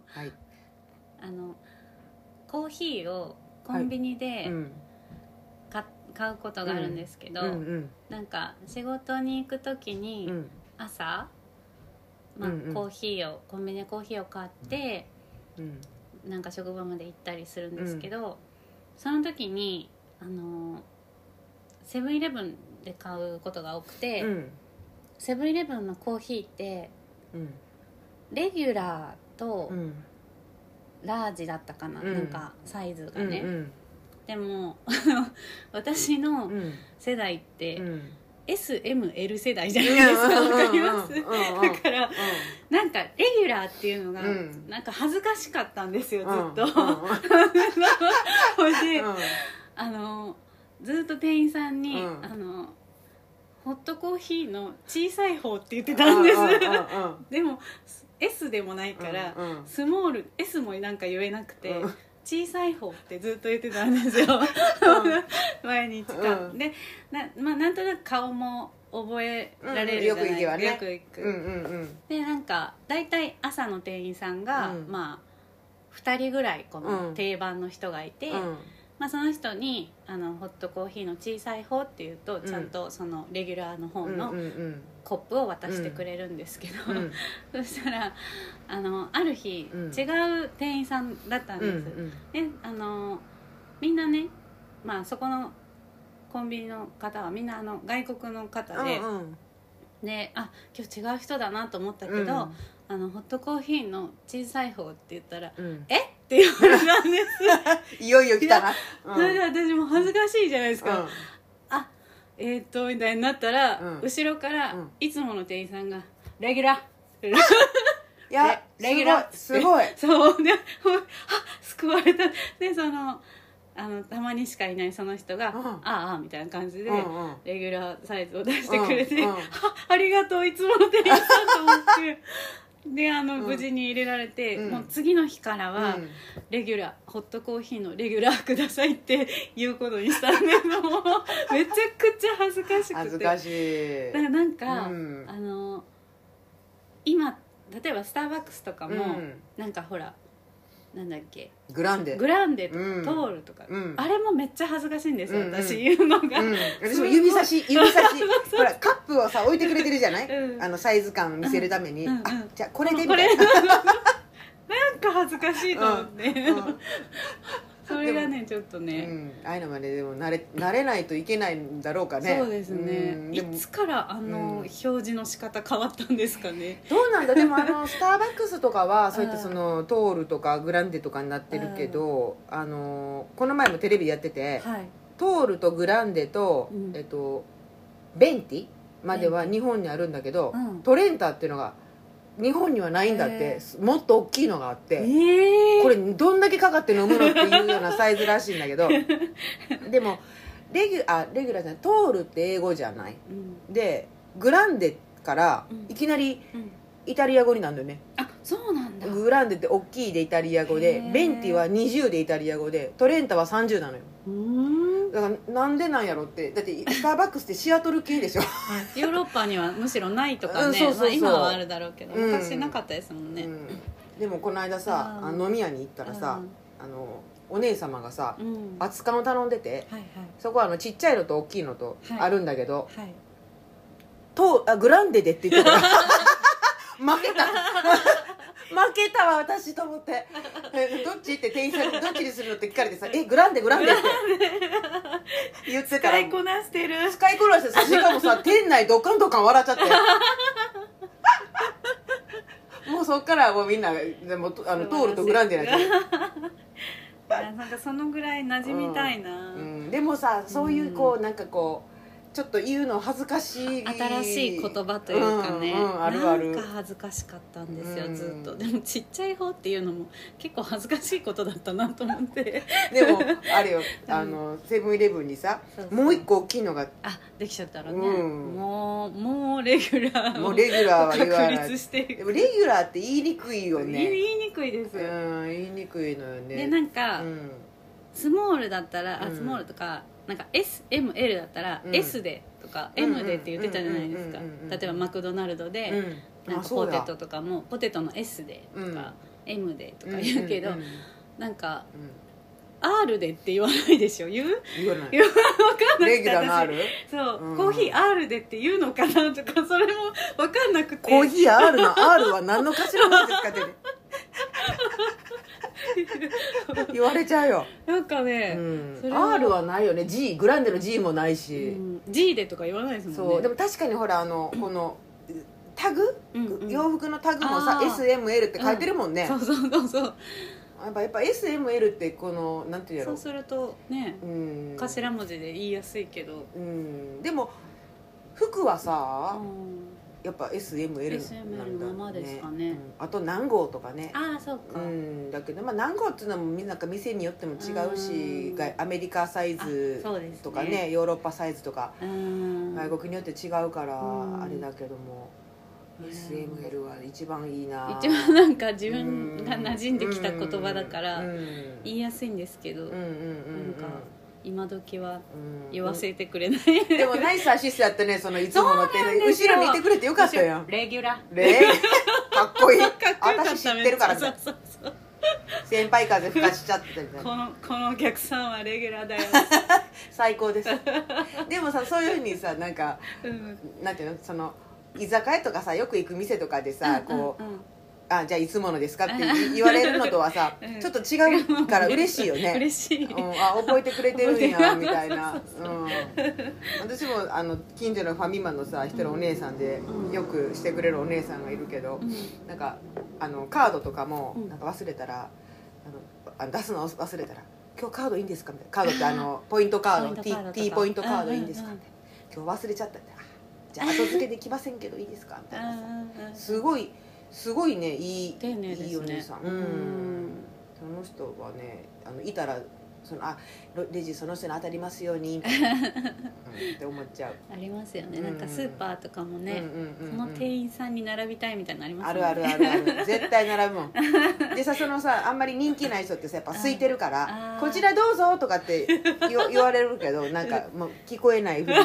はい、 コーヒーをコンビニで、 はい、 買うことがあるんですけど、なんか仕事に行く時に朝、コーヒーをコンビニでコーヒーを買って、なんか職場まで行ったりするんですけど、その時にセブンイレブンで買うことが多くて、セブンイレブンのコーヒーって、レギュラーとラージだったかな、なんかサイズがね、でも私の世代って、SML 世代じゃないですか。わかります？だからなんかレギュラーっていうのがなんか恥ずかしかったんですよ、ずっと。でずっと店員さんにホットコーヒーの小さい方って言ってたんです。でも S でもないから、スモール S もなんか言えなくて、小さい方ってずっと言ってたんですよ。毎日か、でなんとなく顔も覚えられるじゃないですか、よく行く、でなんかだいたい朝の店員さんが、2人ぐらいこの定番の人がいて、その人にホットコーヒーの小さい方っていうと、ちゃんとそのレギュラーの方のコップを渡してくれるんですけど、そしたらある日、違う店員さんだったんです、でみんなね、そこのコンビニの方はみんな外国の方で、で今日違う人だなと思ったけど、ホットコーヒーの小さい方って言ったら、えって言われたんです。 いよいよ来たな。 それで私も恥ずかしいじゃないですか、みたいになったら、後ろからいつもの店員さんがレギュラーいやレギュラーすごいそうで救われた。でたまにしかいないその人が、ああみたいな感じで、レギュラーサイズを出してくれて、ありがとういつもの店員さんと思ってで無事に入れられて、もう次の日からは、レギュラーホットコーヒーのレギュラーくださいって言うことにしたんです。もうめちゃくちゃ恥ずかしくて、 恥ずかしい。 だからなんか、今例えばスターバックスとかも、なんかほらなんだっけ、 グランデとか、トールとか、あれもめっちゃ恥ずかしいんですよ、私言うのが、 私も指差しほらカップをさ置いてくれてるじゃない、サイズ感見せるために、じゃあこれでみたいななんか恥ずかしいと思って、それがねちょっとね、 ああいうのまででも慣れないといけないんだろうかね。 そうですね、いつから表示の仕方変わったんですかね。 どうなんだ。でもスターバックスとかはそういったそのトールとかグランデとかになってるけど、この前もテレビでやってて、トールとグランデと、ベンティまでは日本にあるんだけど、トレンタっていうのが日本にはないんだって、もっと大きいのがあって、これどんだけかかって飲むのっていうようなサイズらしいんだけどでもレギュラーじゃない、トールって英語じゃない、でグランデからいきなりイタリア語になるんだよね。 そうなんだ。 グランデって大きいでイタリア語で、ベンティは20でイタリア語で、トレンタは30なのよ。だからなんでなんやろって。だってスターバックスってシアトル系でしょヨーロッパにはむしろないとかね、今はあるだろうけど昔なかったですもんね、 でもこの間さ飲み屋に行ったらさ、お姉様がさ、熱燗を頼んでて、そこはちっちゃいのと大きいのとあるんだけど、グランデでって言ってた負けたわ私と思ってどっちって店員さんにどっちにするのって聞かれてさ、グランデって言ってたら、 使いこなしてる。 しかもさ店内ドカン笑っちゃってもうそっからもうみんなでもトールとグランデになっちゃう。 なんかそのぐらい馴染みたいな、 でもさそういうなんかちょっと言うの恥ずかしい新しい言葉というかね、 あるある。 なんか恥ずかしかったんですよ、ずっと。でもちっちゃい方っていうのも結構恥ずかしいことだったなと思ってでもあれよ、セブンイレブンにさ、もう一個大きいのができちゃったらね、もうレギュラーをは言わない。 確立してでもレギュラーって言いにくいよね。 言いにくいです、 言いにくいのよね。 でなんか、スモールだったらスモールとかなんか SML だったら S でとか M でって言ってたじゃないですか。例えばマクドナルドでなんかポテトとかもポテトの S でとか M でとか言うけど、 うんうんうん、 なんか、 うん、 R でって言わないでしょ。言わない分かんないレギュラーの R？ そう、 うん、 コーヒー R でって言うのかなとか、それも分かんなくて、 コーヒー R の R は何の頭文字ですかって言われちゃうよ。 なんかね、 うん、R はないよね。 G グランデの G もないし、 うん、G でとか言わないですもんね。 そうでも確かにほらこのタグ、うんうん、洋服のタグもさ SML って書いてるもんね、 うん、そうそうそうそう。 やっぱ SML ってこのなんていうやろ、 そうするとね、うん、頭文字で言いやすいけど、 うん、でも服はさ、うん、やっぱ SML なんだ、ね、 のままですかね、うん、 あと何号とかね。 ああそうか、 うん、だけど、まあ、何号っていうのもなんか店によっても違うし、アメリカサイズとか ね、ヨーロッパサイズとか外国によって違うからあれだけども、SML は一番いいな。 一番なんか自分が馴染んできた言葉だから言いやすいんですけど、なんか今時は言わせてくれない、 でもナイスアシストやってね、そのいつものって後ろにいてくれてよかったやん。 レギュラーかっこいい私知ってるからね。 そう先輩風吹かしちゃってみたいな、このお客さんはレギュラーだよ最高です。でもさ、そういうふうにさ、なんか、なんていうの、その居酒屋とかさ、よく行く店とかでさ、こう、あ、じゃあいつものですかって言われるのとはさ、ちょっと違うから嬉しいよね。 嬉しい、 あ、覚えてくれてるんやみたいな、私も近所のファミマのさ、一人お姉さんでよくしてくれるお姉さんがいるけど、なんかカードとかもなんか忘れたら、出すの忘れたら、今日カードいいんですかみたいな。カードってポイントカード、T ポイントカードいいんですかみたいな。今日忘れちゃったみたいな。じゃあ後付けできませんけどいいですかみたいなさ、すごいね、いい丁寧ですね、 いいお姉さん。その人はね、いたらレジその人に当たりますようにって思っちゃう。 ありますよね、なんかスーパーとかもね、この店員さんに並びたいみたいなのありますよね。 ある絶対並ぶもんでさ、あんまり人気ない人ってさ、やっぱ空いてるからこちらどうぞとかって言われるけど、なんかもう聞こえないふうに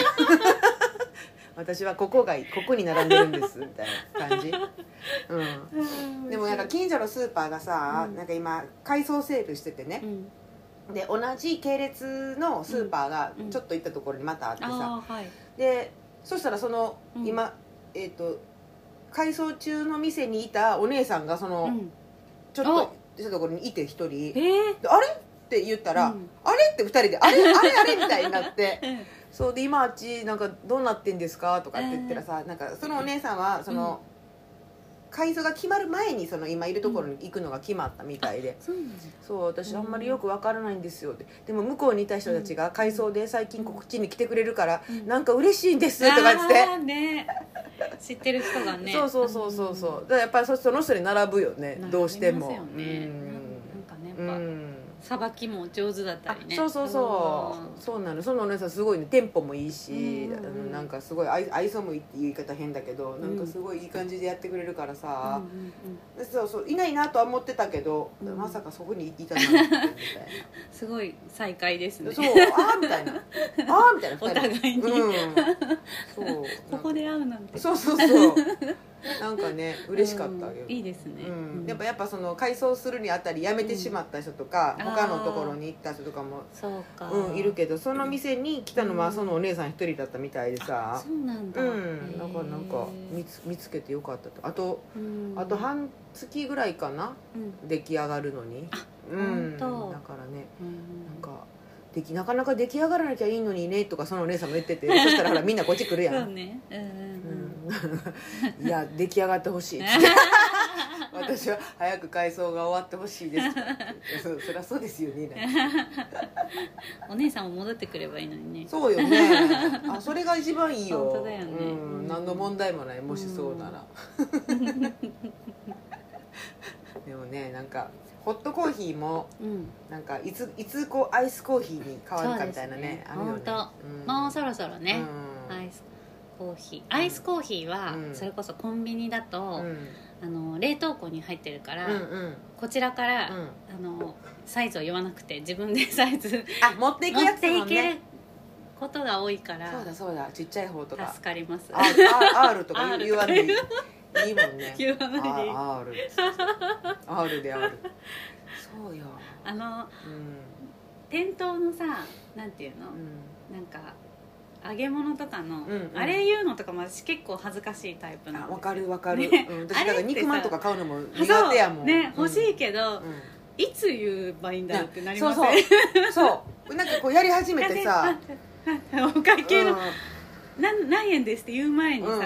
私はここに並んでるんですみたいな感じ、でもなんか近所のスーパーがさ、なんか今改装セールしててね、で同じ系列のスーパーがちょっと行ったところにまたあってさ、でそしたら今改装中の店にいたお姉さんがちょっとしたところにいて一人、あれって言ったら、あれって二人であれみたいになってそうで、今あっちなんかどうなってんですかとかって言ったらさ、なんかそのお姉さんは改装が決まる前に今いるところに行くのが決まったみたいで、そう私あんまりよく分からないんですよって。でも向こうにいた人たちが改装で最近こっちに来てくれるからなんか嬉しいんですとか言って、 ね、知ってる人がね、 そうだからやっぱりその人に並ぶよね、どうしても。 なんかね、やっぱさばきも上手だったりね。そうなの。そのお姉さんすごいね、テンポもいいし、なんかすごい愛想もいいって言い方変だけど、なんかすごいいい感じでやってくれるからさ、そういないなとは思ってたけど、まさかそこにいたなってみたいなすごい再会ですね。 そう、みたいなお互いに、 そうここで会うなんて。 そうなんかね、嬉しかったけど、 いいですね。 やっぱ改装するにあたり辞めてしまった人とか、他のところに行った人とかもいるけど、その店に来たのはそのお姉さん一人だったみたいでさ、 そうなんだ。 なんか見つけてよかったと。あと半月ぐらいかな、出来上がるのに。だからね、なんかなかなか出来上がらなきゃいいのにねとかそのお姉さんも言ってて、そしたらほらみんなこっち来るやん。 そうね、 いや出来上がってほしいって私は早く改装が終わってほしいですそりゃそうですよねお姉さんも戻ってくればいいのにね。 そうよね、それが一番いいよ。 本当だよね、 何の問題もない、もしそうならでもね、なんかホットコーヒーもなんかいつアイスコーヒーに変わるかみたいなね、あるよね。 もうそろそろね、アイスコーヒーはそれこそコンビニだと冷凍庫に入ってるから、こちらからサイズを言わなくて自分でサイズ持っていくやつもんね、 持っていけることが多いから。 そうだちっちゃい方とか助かります。 R とか言わんでいいいいもんね。 言わないでいい。 R で R。そうよ。 店頭のさ、なんていうの、なんか揚げ物とかの、あれ言うのとかも私結構恥ずかしいタイプなんですよ。 わかるわかる、私だから肉まんとか買うのも苦手やもんね、欲しいけど、いつ言えばいいんだろうってなりません？ そうなんかこうやり始めてさお会計の何円ですって言う前にさ、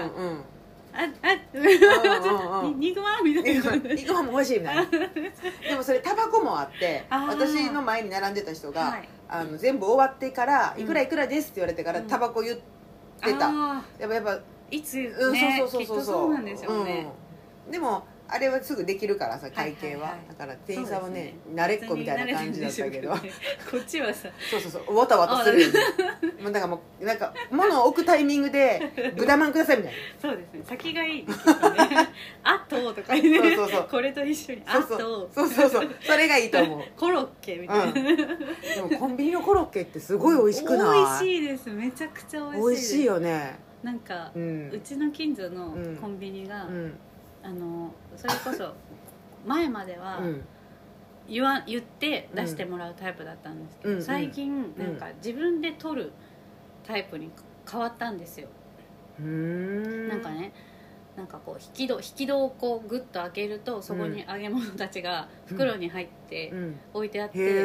肉まんみたいな、 肉まんも欲しいみたいな。でもそれタバコもあって、私の前に並んでた人が、全部終わってからいくらいくらですって言われてからタバコ言ってた。やっぱいつね、きっとそうなんでしょうね。 でもあれはすぐできるからさ、会計は、だから店員さんはね慣れっこみたいな感じだったけど、こっちはさそうわたわたするよね。だからもうなんか物を置くタイミングで豚まんくださいみたいな。 そうですね、先がいいですよね。あととかね、これと一緒にあと、 それがいいと思う。 コロッケみたいな。でもコンビニのコロッケってすごい美味しくない？ 美味しいです、めちゃくちゃ美味しいです。 美味しいよね。 なんかうちの近所のコンビニがそれこそ前までは言って出してもらうタイプだったんですけど、最近なんか自分で取るタイプに変わったんですよ。なんかね、なんかこう引き戸をこうグッと開けると、そこに揚げ物たちが袋に入って置いてあって、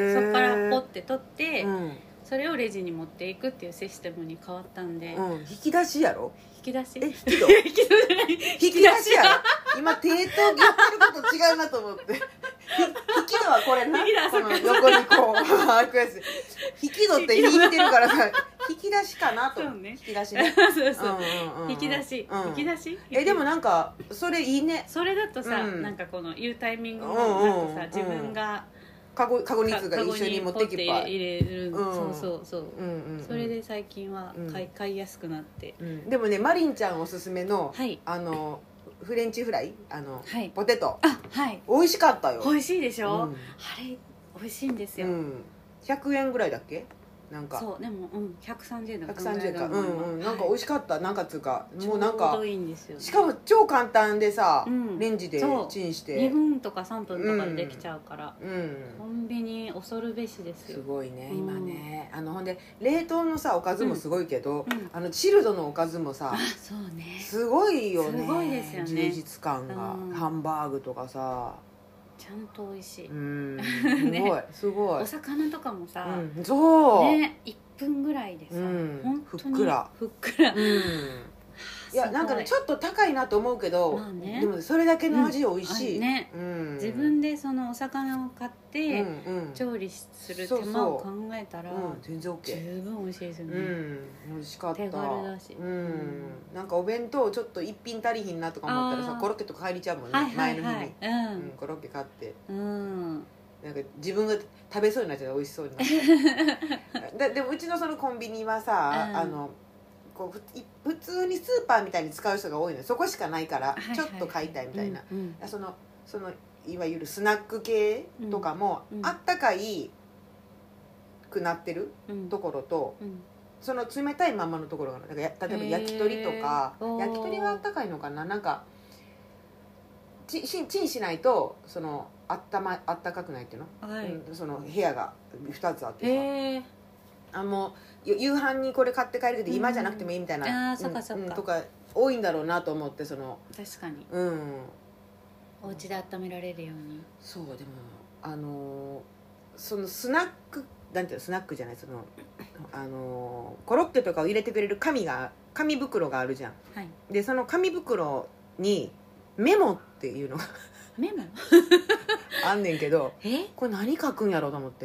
そこからポッて取って、それをレジに持っていくっていうシステムに変わったんで、 引き出しやろ？ 引き出し？ 引き戸？引き戸じゃない。引き出しやろ？今手と言ってること違うなと思って。引き戸はこれな、この横にこう開くやつ。引き戸って引いてるからさ、引き出しかなと。引き出しね。 引き出し。引き出し？ でもなんかそれいいね。 それだとさ、なんかこの言うタイミングもなんかさ、自分がカゴにつが一緒に持ってきば入れる。そうそれで最近は買いやすくなって。 でもね、マリンちゃんおすすめのフレンチフライ、ポテト、美味しかったよ。 美味しいでしょ。あれ美味しいんですよ。 100円ぐらいだっけ？なんかそう、でも130円だか130円か、なんか美味しかった。なんかつうか、もうなんかちょうどいいんですよ。 しかも超簡単でさ、レンジでチンして 2分とか3分とかでできちゃうから、コンビニ恐るべしですよ。 すごいね今ね。ほんで冷凍のさおかずもすごいけど、チルドのおかずもさ、 そうね、 すごいよね。 すごいですよね、 充実感が。ハンバーグとかさちゃんと美味しい。 すごい。 お魚とかもさ、 そうね、1分ぐらいでさ、本当にふっくら。 いやなんかね、ちょっと高いなと思うけど、でもそれだけの味美味しいね。 自分でそのお魚を買って調理する手間を考えたら全然 OK、 十分美味しいですよね。 美味しかった。 手軽だし、 なんかお弁当ちょっと一品足りひんなとか思ったらさ、コロッケとか入りちゃうもんね、前の日にコロッケ買って、なんか自分が食べそうになっちゃう。美味しそうになってでもうちのそのコンビニはさ、こう普通にスーパーみたいに使う人が多いのよ。そこしかないからちょっと買いたいみたいな。そのいわゆるスナック系とかも、あったかいくなってるところと、その冷たいままのところが、だから例えば焼き鳥とか、焼き鳥はあったかいのかな、なんかチンしないとそのあったかくないっていうの、その部屋が2つあってさ、もう夕飯にこれ買って帰るけど今じゃなくてもいいみたいな、とか多いんだろうなと思って。その確かに、お家で温められるように。そう、 でもそのスナックなんていうの、スナックじゃない、そのコロッケとかを入れてくれる紙袋があるじゃん、でその紙袋にメモっていうのがメモあんねんけど、これ何書くんやろうと思って。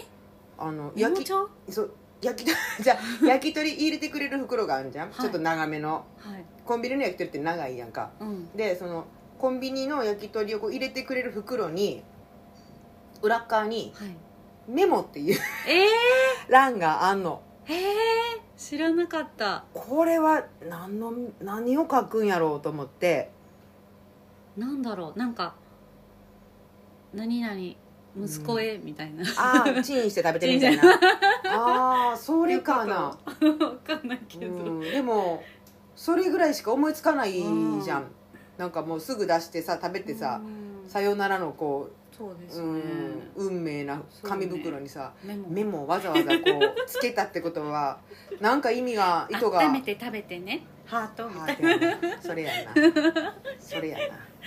焼き鳥入れてくれる袋があるじゃん、ちょっと長めの、コンビニの焼き鳥って長いやんか、でそのコンビニの焼き鳥をこう入れてくれる袋に裏側にメモっていう、欄があんの。 知らなかった。 これは何を書くんやろうと思って。 なんだろう、なんか何々息子へみたいな、 チンして食べてるみたいなそれかな、 分かんないけど、 でもそれぐらいしか思いつかないじゃん。 なんかもうすぐ出してさ食べてさ、さよならのこうそうですね、 運命な紙袋にさ、メモをわざわざこうつけたってことはなんか意味が意図が温めて食べてねハートみたいなそれやなそれやな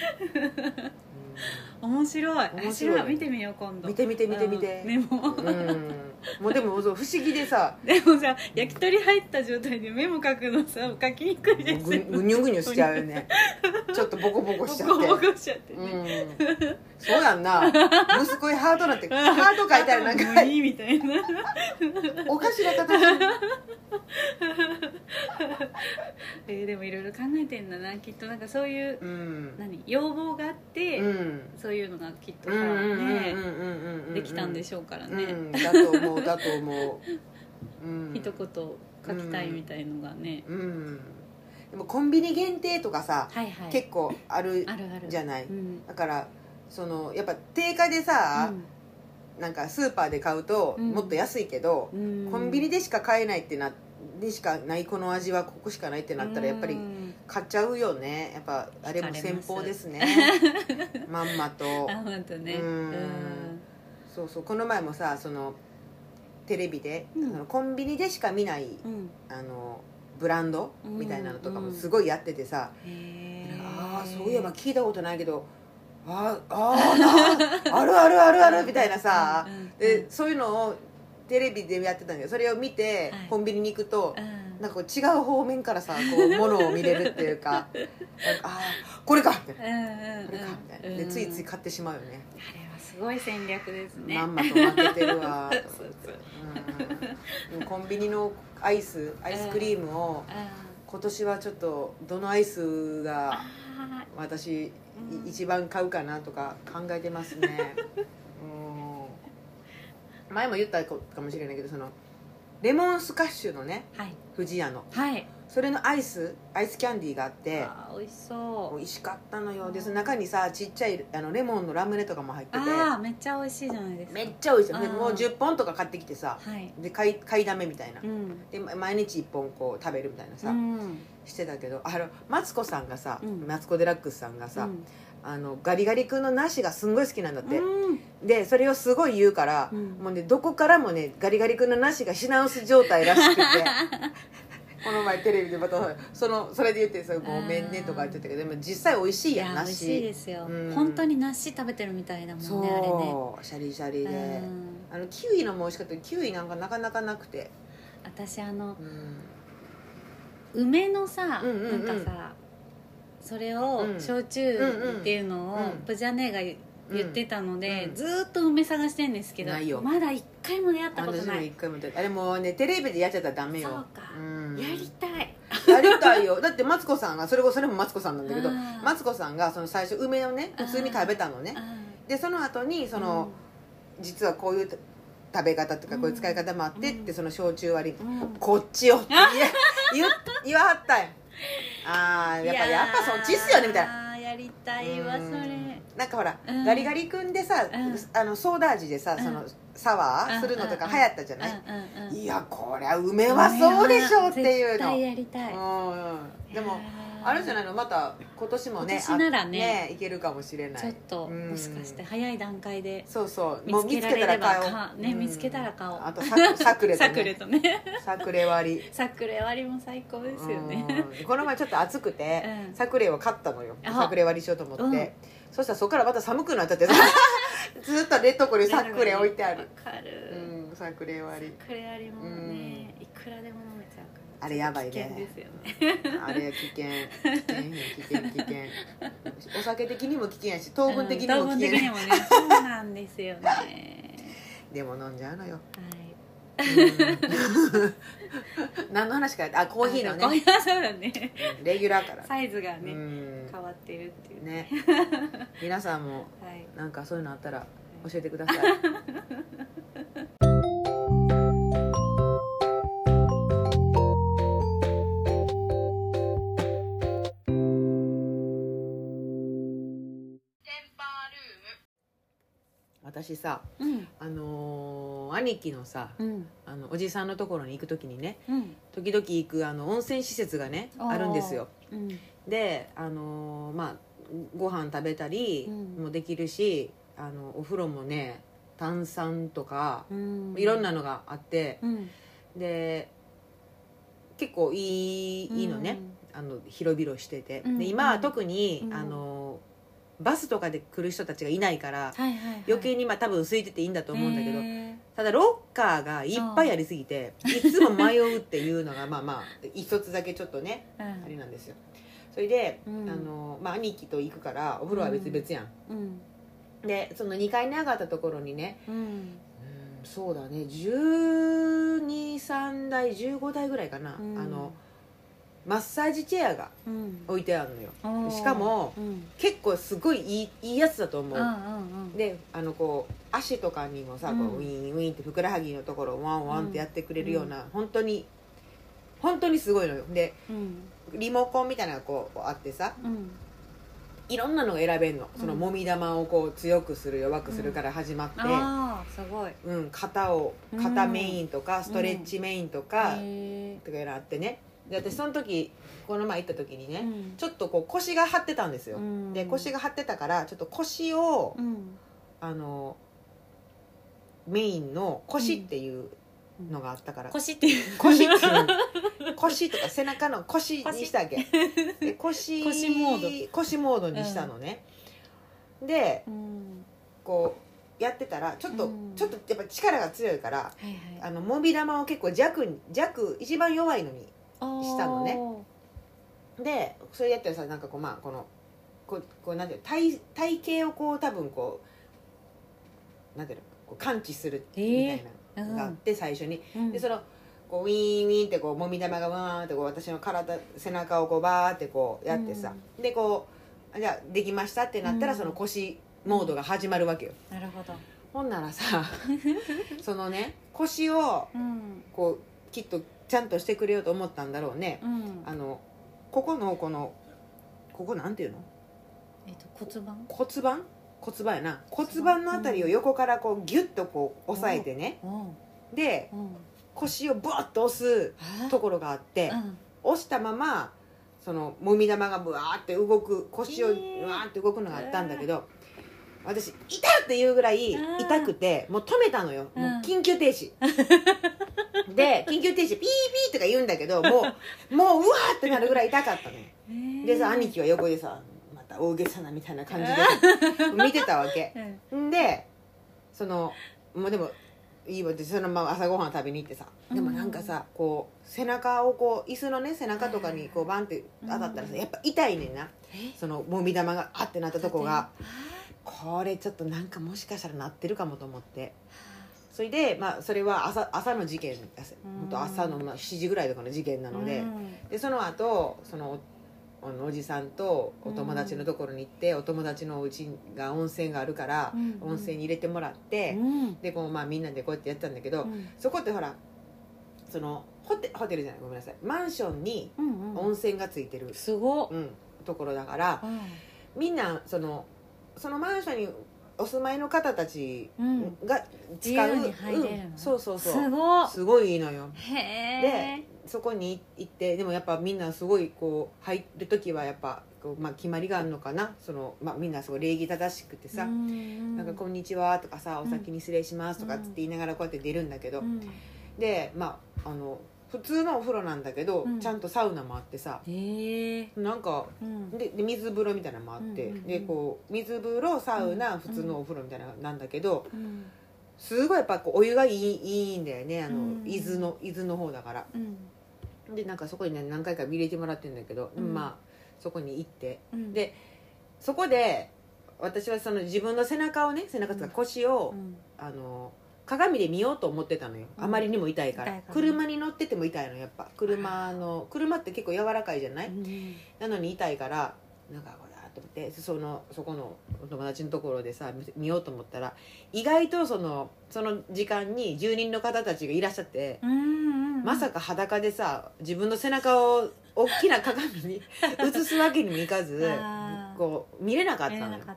面白い見てみよう今度見てメモもうでも不思議でさでもさ焼き鳥入った状態でメモ書くのさ書きにくいですよぐにゅぐにゅしちゃうよねちょっとボコボコしちゃってボコボコしちゃってね、 そうやんな息子にハートなんてハート書いたらなんかいいみたいなおかしな形でもいろいろ考えてんだなきっとなんかそういう、要望があって、そういうのがきっとさねできたんでしょうからね、 だと思う一言書きたいみたいのがね、 でもコンビニ限定とかさ、結構あるじゃない、だからそのやっぱ定価でさ、なんかスーパーで買うともっと安いけど、コンビニでしか買えないってでしかないこの味はここしかないってなったらやっぱり買っちゃうよね。やっぱあれも先方ですねまんまとね、 そうこの前もさそのテレビで、そのコンビニでしか見ない、ブランドみたいなのとかもすごいやっててさ、そういえば聞いたことないけどあるみたいなさ、でそういうのをテレビでやってたんだけど、それを見てコンビニに行くと、なんかこう違う方面からさこう物を見れるっていうかこれかみたいな、これかみたいなでついつい買ってしまうよね。 あれはすごい戦略ですね。 まんまと負けてるわコンビニのアイスクリームを今年はちょっとどのアイスが私一番買うかなとか考えてますね前も言ったかもしれないけど、そのレモンスカッシュのね、不二家の、それのアイスキャンディーがあって、 美味しそう、 美味しかったのよ。でその中にさちっちゃいレモンのラムネとかも入ってて、 めっちゃ美味しいじゃないですか。 めっちゃ美味しい。でもう10本とか買ってきてさ、で買いだめみたいな、で毎日1本こう食べるみたいなさ、してたけど、マツコさんがさ、マツコ・デラックスさんがさ、ガリガリ君の梨がすんごい好きなんだって、でそれをすごい言うから、もうねどこからもねガリガリ君の梨が品薄状態らしくてこの前テレビでまたそれで言ってごめんねとか言ってたけど、でも実際美味しいやん梨。 美味しいですよ、本当に梨食べてるみたいだもんね。 そうあれねシャリシャリで、キウイのも美味しかったけど、キウイなんかなかなかなくて、 私梅のさ、なんかさそれを焼酎っていうのをプジャネが言ってたので、ずーっと梅探してんですけど、まだ一回も出会ったことない。 あれもうねテレビでやっちゃったらダメよ。 そうか、やりたいやりたいよ。だってマツコさんがそれもマツコさんなんだけど、マツコさんがその最初梅をね普通に食べたのね。でその後に実はこういう食べ方とかこういう使い方もあってって、その焼酎割り、こっちよって言わはったよ。やっぱそっちっすよねみたいな。 やりたいわそれ。 なんかほら、ガリガリ君でさ、ソーダ味でさ、そのサワーするのとか流行ったじゃない。いやこりゃ梅はそうでしょっていうの。 絶対やりたい。 でもあるじゃないの、また今年もね、 今年ならねいけるかもしれない。 ちょっともしかして早い段階でもう見つけたら買おうね。見つけたら買おう。 あとサクレとねサクレ割りも最高ですよね。 この前ちょっと暑くてサクレを買ったのよ。サクレ割りしようと思って、そしたらそこからまた寒くなっちゃってずっと冷凍庫にサクレ置いてある。サクレ割りもね、いくらでも飲めちゃうから。 あれやばいね。 危険ですよね。 あれ危険。お酒的にも危険やし、糖分的にも危険。 糖分的にもね、そうなんですよね。 でも飲んじゃうのよ。 はい。 何の話か、コーヒーのね。 そうだね。 レギュラーからサイズがね変わってるっていうね。皆さんもなんかそういうのあったら教えてください。 私さ、 うん、 兄貴のさ、 うん、 おじさんのところに行く時にね、 うん、 時々行く温泉施設がねあるんですよ、 うん、 でまあご飯食べたりもできるし、お風呂もね炭酸とか、 うん、 いろんなのがあって、 うん、 で結構いいのね、広々してて、で今は特に、バスとかで来る人たちがいないから、 はいはいはい、 余計に多分空いてていいんだと思うんだけど、ただロッカーがいっぱいありすぎていつも迷うっていうのがまあ一つだけちょっとね、あれなんですよ。それで、兄貴と行くからお風呂は別々やん、でその2階に上がったところにね、そうだね1213台15台ぐらいかな、マッサージチェアが置いてあるのよ、しかも、結構すごいいいやつだと思う、でこう足とかにもさ、こうウィンウィンってふくらはぎのところをワンワンってやってくれるような、本当にすごいのよ。で、リモコンみたいなのがこうあってさ、いろんなのが選べんの、そのもみ玉をこう強くする弱くするから始まって、 すごい、 肩メインとかストレッチメインとか、とかいろいろあってね。で私その時この前行った時にね、ちょっとこう腰が張ってたんですよ、で腰が張ってたからちょっと腰を、メインの腰っていうのがあったから、 腰っていう腰とか背中の腰にしたわけで腰モードにしたのね、で、こうやってたらちょっとやっぱ力が強いから、もみ玉を結構弱一番弱いのにしたのね。でそれやったらさ、なんかこうこうなんていうの、体型をこう多分こうなんていうの、こう感知するみたいなのがあって、最初に、でそのこうウィーンウィーンってこうもみ玉がワーンってこう私の背中をこうバーってこうやってさ、でこうじゃあできましたってなったら、その腰モードが始まるわけよ。 なるほど。 ほんならさそのね腰をこうきっとちゃんとしてくれようと思ったんだろうね、ここなんていうの、骨盤やな、骨盤のあたりを横からこうギュッとこう押さえてね、で、腰をブワッと押すところがあって、押したままそのもみ玉がブワーって動く、腰をブワーって動くのがあったんだけど、私痛っていうぐらい痛くてもう止めたのよ、もう緊急停止で緊急停止ピーピーとか言うんだけど、もううわーってなるぐらい痛かったね。でさ、兄貴は横でさ、また大げさなみたいな感じで見てたわけ、でもうでもいいわって、そのまま朝ごはん食べに行ってさ、でもなんかさ、こう背中をこう椅子のね背中とかにこうバンって当たったらさ、やっぱ痛いねんな、そのもみ玉があってなったとこが、これちょっとなんかもしかしたらなってるかもと思って、それでそれは朝の事件、本当朝の7時ぐらいとかの事件なので、でその後おじさんとお友達のところに行って、お友達のお家が温泉があるから、温泉に入れてもらって、でこうみんなでこうやってやったんだけど、そこってほらそのホテルじゃない、ごめんなさい、マンションに温泉がついてる、ところだから、みんなそのマンションにお住まいの方たちが使う、そうすごいいいのよ。でそこに行って、でもやっぱみんなすごいこう入る時はやっぱこう、決まりがあるのかな、みんなすごい礼儀正しくてさ、なんか「こんにちは」とかさ「お先に失礼します」とかって言いながらこうやって出るんだけど、で普通のお風呂なんだけど、ちゃんとサウナもあってさ、なんか、で水風呂みたいなのもあって、でこう水風呂サウナ、普通のお風呂みたいななんだけど、すごいやっぱこうお湯がいいんだよね、伊豆の方だから、でなんかそこにね何回か入れてもらってるんだけど、そこに行って、でそこで私はその自分の背中とか腰を、鏡で見ようと思ってたのよ、あまりにも痛いから、車に乗ってても痛いの、やっぱ車って結構柔らかいじゃない、なのに痛いからなんかこれだと思って、そこのお友達のところでさ見ようと思ったら、意外とその時間に住人の方たちがいらっしゃって、まさか裸でさ自分の背中を大きな鏡に映すわけにもいかずこう見れなかったのよ。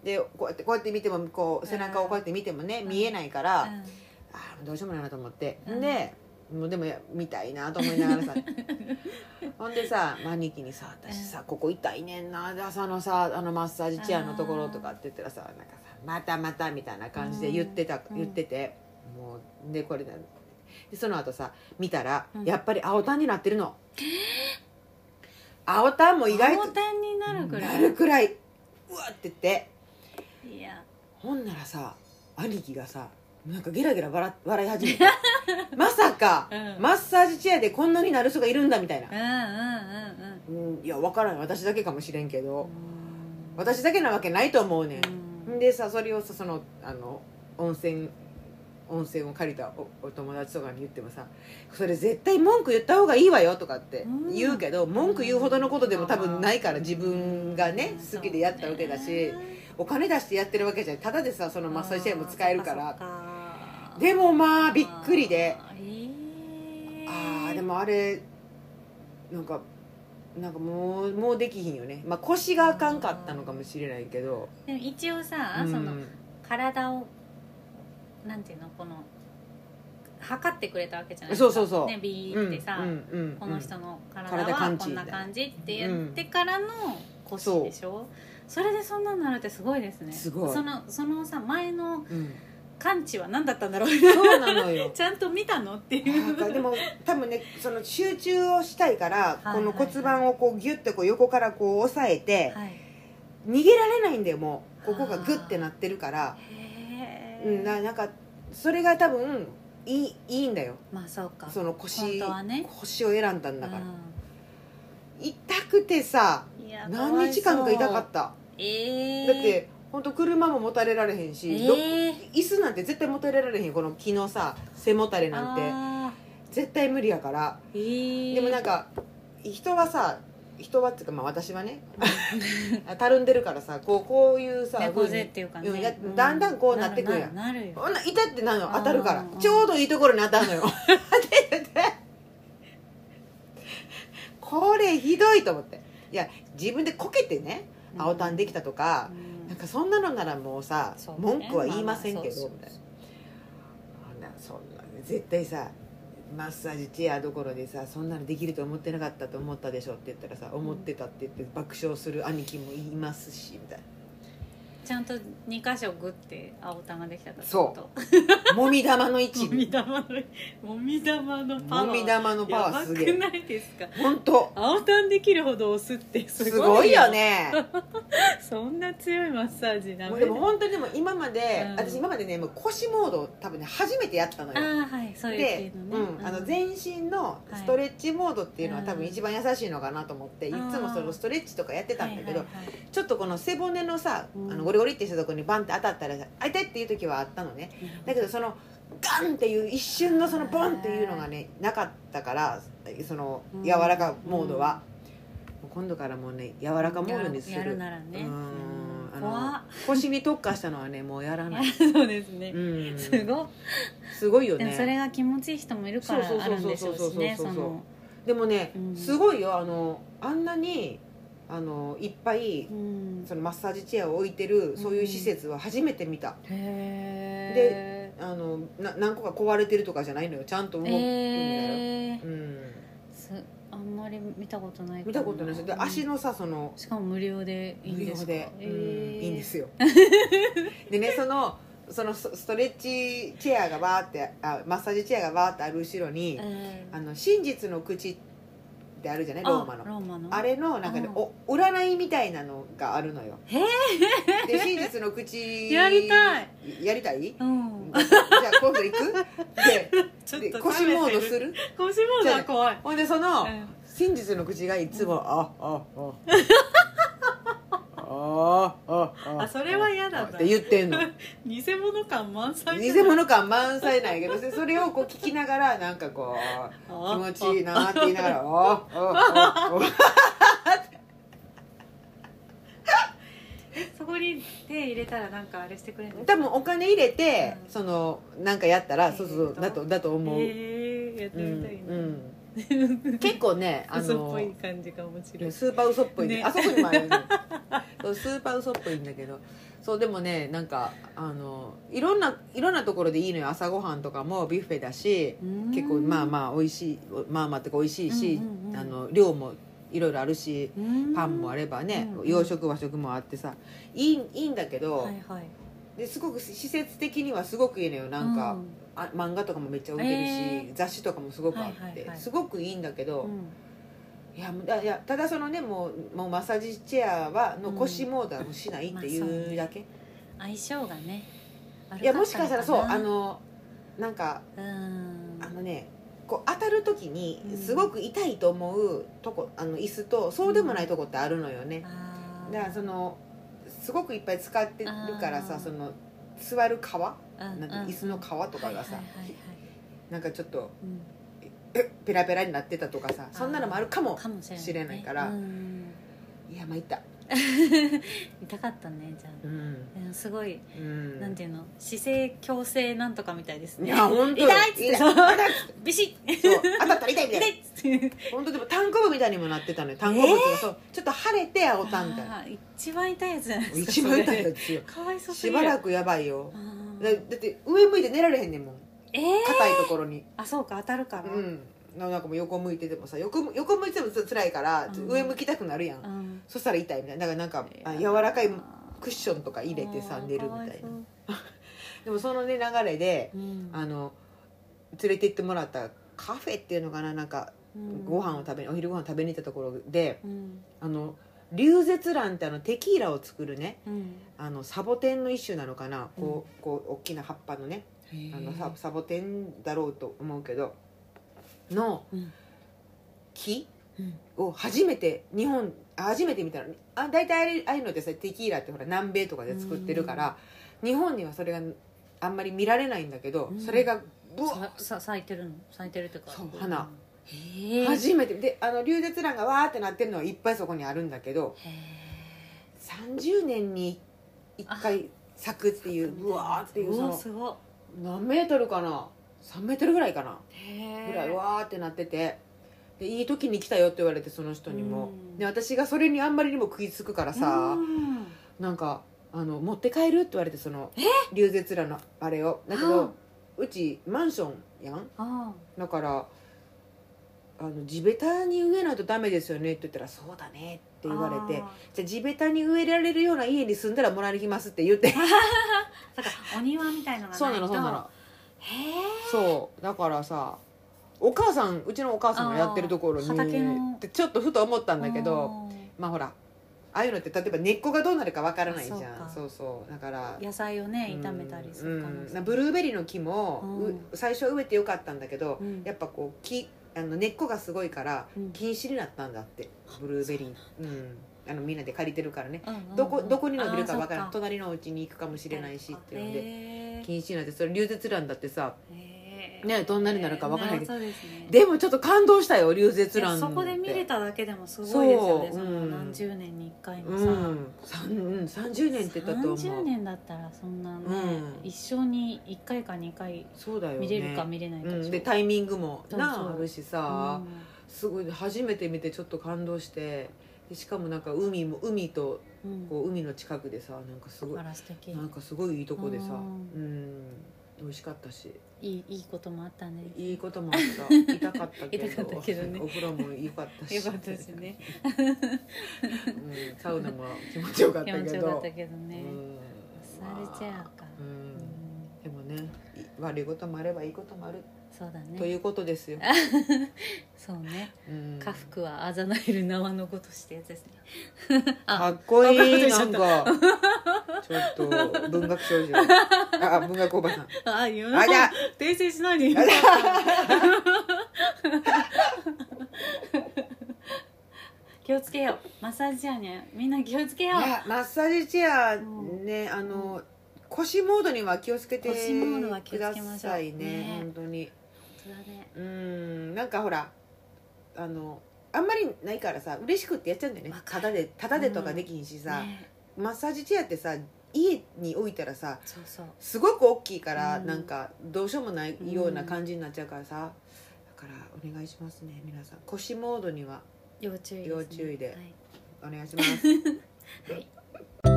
でこうやって見てもこう背中をこうやって見てもね、見えないから、あどうしようもないなと思って、でもうでも見たいなと思いながらさほんでさ兄貴にさ私さ、ここ痛いねんな朝のさマッサージチェアのところとかって言ったらさなんかさまたまたみたいな感じで言ってて、もうでこれでその後さ見たら、やっぱり青タンになってるの。青タンも意外と青タンになるくらいうわって言って、 いやほんならさ兄貴がさなんかゲラゲラ笑い始めてまさか、マッサージチェアでこんなになる人がいるんだみたいな、いや分からん私だけかもしれんけど、私だけなわけないと思うねん、でさそれをさその温泉を借りた お友達とかに言ってもさそれ絶対文句言った方がいいわよとかって言うけど、文句言うほどのことでも多分ないから、自分がね好きでやったわけだしお金出してやってるわけじゃない、ただでさそのマッサージチェアも使えるから。でもまあびっくりで、でもあれなんかもうできひんよね、まあ、腰があかんかったのかもしれないけど、 でも一応さ、その体をなんていうのこの測ってくれたわけじゃないですか。 そうね、ビーってさ、この人の体はこんな感じって言ってからの腰でしょ、それでそんなになるってすごいですね。 すごい。 そのさ前の感知は何だったんだろう。 そうなのよちゃんと見たのっていう。 でも多分ねその集中をしたいから、この骨盤をこうギュッてこう横からこう押さえて、逃げられないんだよ、もうここがグッてなってるから。なんかそれが多分いいんだよ。 まあそうか。 その腰を選んだんだから。痛くてさ、何日間か痛かった。だって本当車ももたれられへんし、椅子なんて絶対もたれられへん、この木のさ背もたれなんて絶対無理やから。でもなんか人はっていうか、まあ私はねたるんでるからさ、こういうさ猫背っていうかね、 だんだんこうなってくるやん。 なるよ。 痛ってなるの当たるから、ちょうどいいところに当たるのよこれひどいと思って、いや自分でこけてね青タンできたとか、なんかそんなのならもうさ文句は言いませんけどみたいな、そんな絶対さマッサージチェアどころでさそんなのできると思ってなかったと思ったでしょって言ったらさ、思ってたって言って爆笑する兄貴もいますしみたいな。 ちゃんと2箇所グッて青タンができたってこと。 そうもみ玉の位置もみ玉のパワー、 もみ玉のパワーすげえ。 やばくないですか。 本当青タンできるほど押すってすごいよねそんな強いマッサージダメ。 でも本当にでも今まで、私今までねもう腰モード多分ね初めてやったのよ。 そういう系のね、 全身のストレッチモードっていうのは多分一番優しいのかなと思って、いつもそのストレッチとかやってたんだけど、ちょっとこの背骨のさゴリゴリってしたところにバンって当たったら「あいて!」っていう時はあったのね。だけどそのガンっていう一瞬のそのボンっていうのがねなかったから、その柔らかモードは、今度からもうね柔らかモードにする。 やるならね、 腰に特化したのはねもうやらないそうですね、 すごいよね。 それが気持ちいい人もいるからあるんでしょうしね。 でもねすごいよ、あんなにいっぱいそのマッサージチェアを置いてるそういう施設は初めて見た。で何個か壊れてるとかじゃないのよ、ちゃんと動くんだよ。 あんまり見たことない。 見たことないです。で足のさしかも無料でいいんですか。 いいんですよでねそのストレッチチェアがバーってマッサージチェアがバーってある後ろに真実の口ってあるじゃない、ローマのあれのなんかね占いみたいなのがあるのよ。で真実の口やりたい、 じゃあ今度行くで腰モードする。 腰モードは怖い。 ほんでその真実の口がいつもそれは嫌だなって言ってんの偽物感満載なんやけど、それをこう聞きながらなんかこう気持ちいいなって言いながらそこに手入れたらなんかあれしてくれる。 多分お金入れてなんかやったらそうだと思う。 やってみたいな。 結構ね嘘っぽい感じが面白い。 スーパー嘘っぽいね。あそこにもあるねスーパー嘘っぽいんだけど、 そうでもねなんかいろんなところでいいのよ。朝ごはんとかもビュッフェだし、結構まあまあ美味しい、まあまあってか美味しいし、量もいろいろあるし、パンもあればね、洋食和食もあってさいいんだけど、はいはい、ですごく施設的にはすごくいいのよ。なんか、漫画とかもめっちゃ置いてるし、雑誌とかもすごくあって、はいはいはい、すごくいいんだけど、いやただそのねもうマッサージチェアはの腰モードはしないっていうだけ、 相性がねいやもしかしたらそうなんかねこう当たる時にすごく痛いと思うとこ椅子とそうでもないとこってあるのよね、だからすごくいっぱい使ってるからさ、その座る皮なんて椅子の皮とかがさ、なんかちょっと、ペラペラになってたとかさ、そんなのもあるかもしれないから、いや参った。 痛かったねじゃあ、すごい、なんていうの、姿勢矯正なんとかみたいですね。 いや本当痛いっつってビシッそう当たったら痛いみたいな本当でも単行部みたいにもなってたのよ。単行部ってそうちょっと腫れて青たんみたいな、 一番痛いやつじゃないですか。 一番痛いやつよ。 かわいそうすぎる。 しばらくやばいよ。だって上向いて寝られへんねんもん、硬いところに。 あそうか、当たるから。 なんかもう横向いててもさ、横向いても辛いから上向きたくなるやん、そしたら痛いみたいな。だからなんか柔らかいクッションとか入れてさ寝るみたいなでもそのね流れで、連れて行ってもらったカフェっていうのかな、なんかお昼ご飯食べに行ったところで、リュウゼツランってテキーラを作るね、サボテンの一種なのかな、こう大きな葉っぱのね、サボテンだろうと思うけどの木を初めて見たら、大体ああいうのってさ、テキーラってほら南米とかで作ってるから、日本にはそれがあんまり見られないんだけど、それがブワー咲いてるっていうか、 そう花初めてで、リュウゼツランがわーってなってるのはいっぱいそこにあるんだけど、30年に1回咲くっていうブワーっていう、その何メートルかな、3メートルぐらいかなぐらいわーってなってて、でいい時に来たよって言われて、その人にも。で私がそれにあんまりにも食いつくからさ、なんか持って帰るって言われて、そのリュウゼツランのあれを。だけどうちマンションやん、だから地べたに植えないとダメですよねって言ったら、そうだねって言われて、じゃあ地べたに植えられるような家に住んだらもらいに来ますって言ってだからお庭みたいのがないと。 そうなのそうだからさ、うちのお母さんがやってるところにってちょっとふと思ったんだけど、まあほらああいうのって例えば根っこがどうなるかわからないじゃん。そうだから野菜をね炒めたりするかもしれない。 ブルーベリーの木も最初は植えてよかったんだけど、やっぱこう根っこがすごいから禁止になったんだって、ブルーベリー。みんなで借りてるからね、どこに伸びるかわからない、隣のお家に行くかもしれないしっていうので禁止になって、それリュウゼツランだってさね、どんなになるかわからないけど、でもちょっと感動したよ、リュウゼツランって。 そこで見れただけでもすごいですよね。その何十年に1回のさ、 30年って言ったと思う。 30年だったらそんなね、一生に1回か2回見れるか見れないかでタイミングもあるしさ、すごい初めて見てちょっと感動して、しかもなんか海とこう海の近くでさ、なんかすごいいいとこでさ、美味しかったし、 いいこともあったね。 いいこともあった。痛かったけどね、 お風呂も良かったし良かったですねサウナも気持ちよかったけどね、マッサージチェアか。 でもね、悪いこともあればいいこともある。 そうだね。 ということですよ。 そうね。家福はあざなえる縄のごとしってやつですね。 かっこいい、なんかちょっと文学少女。文学おばさん。 じゃ訂正しないでいい。気をつけよう。マッサージチェアね、みんな気をつけよう。 マッサージチェアね、腰モードには気をつけてくださいね、本当に。なんかほらあんまりないからさ、嬉しくってやっちゃうんだよね。タダでとかできんしさ、マッサージチェアってさ家に置いたらさ、すごく大きいから、なんかどうしようもないような感じになっちゃうからさ、だからお願いしますね、皆さん。腰モードには要注意でお願いします。はい